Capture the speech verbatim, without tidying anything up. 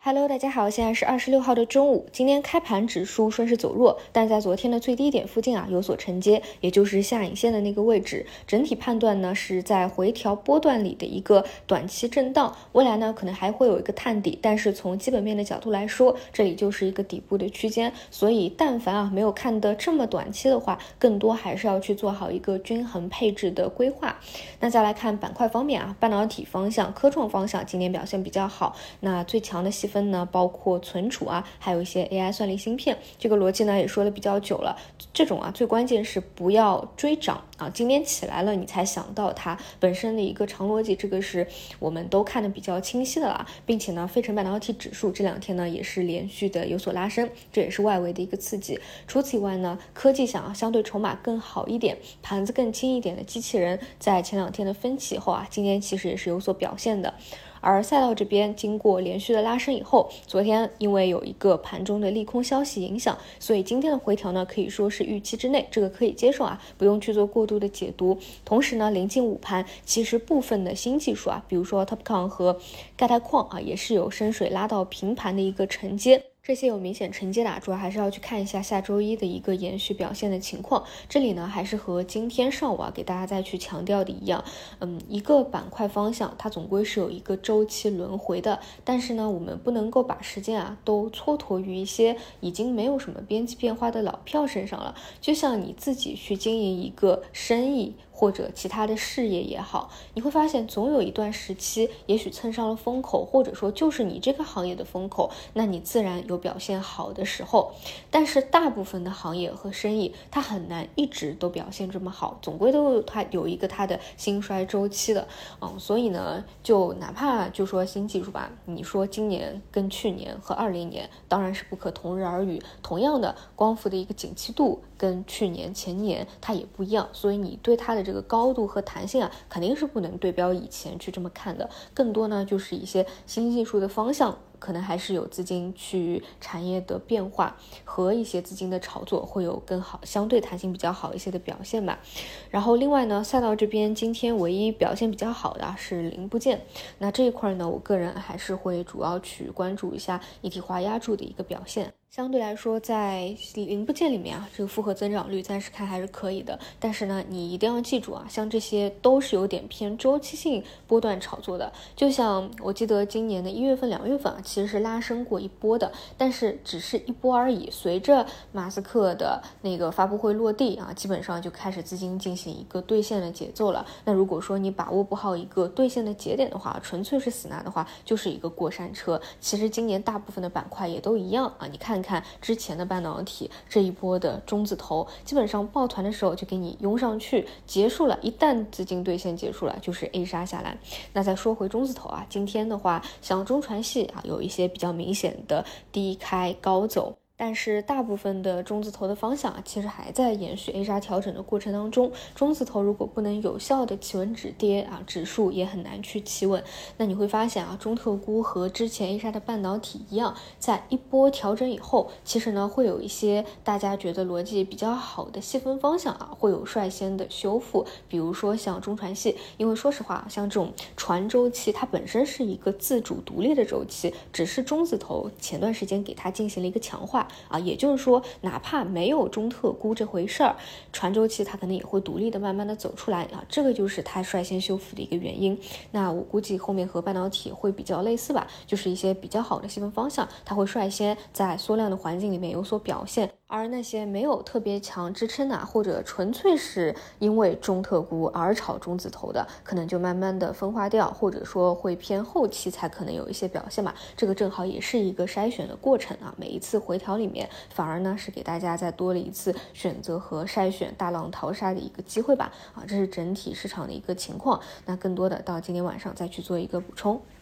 Hello， 大家好，现在是二十六号的中午。今天开盘指数顺势走弱，但在昨天的最低点附近啊有所承接，也就是下影线的那个位置。整体判断呢是在回调波段里的一个短期震荡，未来呢可能还会有一个探底，但是从基本面的角度来说，这里就是一个底部的区间。所以但凡啊没有看得这么短期的话，更多还是要去做好一个均衡配置的规划。那再来看板块方面啊，半导体方向、科创方向今年表现比较好，那最强的细分呢包括存储啊，还有一些 A I 算力芯片，这个逻辑呢也说的比较久了。这种啊最关键是不要追涨啊，今天起来了你才想到它本身的一个长逻辑，这个是我们都看得比较清晰的了，并且呢费城半导体指数这两天呢也是连续的有所拉升，这也是外围的一个刺激。除此以外呢，科技上啊相对筹码更好一点，盘子更轻一点的机器人，在前两天的分歧后啊，今天其实也是有所表现的。而赛道这边经过连续的拉升以后，昨天因为有一个盘中的利空消息影响，所以今天的回调呢可以说是预期之内，这个可以接受啊，不用去做过度的解读。同时呢，临近午盘，其实部分的新技术啊，比如说 TOPCon 和钙钛矿啊，也是有深水拉到平盘的一个承接。这些有明显承接的啊，主要还是要去看一下下周一的一个延续表现的情况。这里呢，还是和今天上午啊给大家再去强调的一样，嗯，一个板块方向它总归是有一个周期轮回的，但是呢，我们不能够把时间啊都蹉跎于一些已经没有什么边际变化的老票身上了。就像你自己去经营一个生意或者其他的事业也好，你会发现总有一段时期也许蹭上了风口，或者说就是你这个行业的风口，那你自然有表现好的时候。但是大部分的行业和生意它很难一直都表现这么好，总归都有它有一个它的兴衰周期的。嗯，所以呢就哪怕就说新技术吧，你说今年跟去年和二零年当然是不可同日而语，同样的光伏的一个景气度跟去年前年它也不一样，所以你对它的这个高度和弹性啊肯定是不能对标以前去这么看的，更多呢就是一些新技术的方向可能还是有资金去产业的变化和一些资金的炒作会有更好相对弹性比较好一些的表现吧。然后另外呢，赛道这边今天唯一表现比较好的是零部件，那这一块呢我个人还是会主要去关注一下一体化压铸的一个表现。相对来说在零部件里面啊，这个复合增长率暂时看还是可以的，但是呢你一定要记住啊，像这些都是有点偏周期性波段炒作的。就像我记得今年的一月份两月份啊，其实是拉升过一波的，但是只是一波而已，随着马斯克的那个发布会落地啊，基本上就开始资金进行一个兑现的节奏了。那如果说你把握不好一个兑现的节点的话，纯粹是死拿的话，就是一个过山车。其实今年大部分的板块也都一样啊，你看看之前的半导体这一波的中字头，基本上抱团的时候就给你拥上去，结束了，一旦资金兑现结束了，就是 A 杀下来。那再说回中字头啊，今天的话像中传系啊有一些比较明显的低开高走，但是大部分的中字头的方向啊，其实还在延续 A 杀调整的过程当中。中字头如果不能有效的企稳止跌啊，指数也很难去企稳。那你会发现啊，中特估和之前 A 杀的半导体一样，在一波调整以后，其实呢会有一些大家觉得逻辑比较好的细分方向啊，会有率先的修复。比如说像中传系，因为说实话，像这种传周期，它本身是一个自主独立的周期，只是中字头前段时间给它进行了一个强化。啊，也就是说，哪怕没有中特估这回事儿，传周期它可能也会独立的慢慢的走出来啊，这个就是它率先修复的一个原因。那我估计后面和半导体会比较类似吧，就是一些比较好的细分方向，它会率先在缩量的环境里面有所表现。而那些没有特别强支撑啊，或者纯粹是因为中特估而炒中字头的，可能就慢慢的分化掉，或者说会偏后期才可能有一些表现嘛。这个正好也是一个筛选的过程啊，每一次回调里面反而呢是给大家再多了一次选择和筛选大浪淘沙的一个机会吧。啊，这是整体市场的一个情况，那更多的到今天晚上再去做一个补充。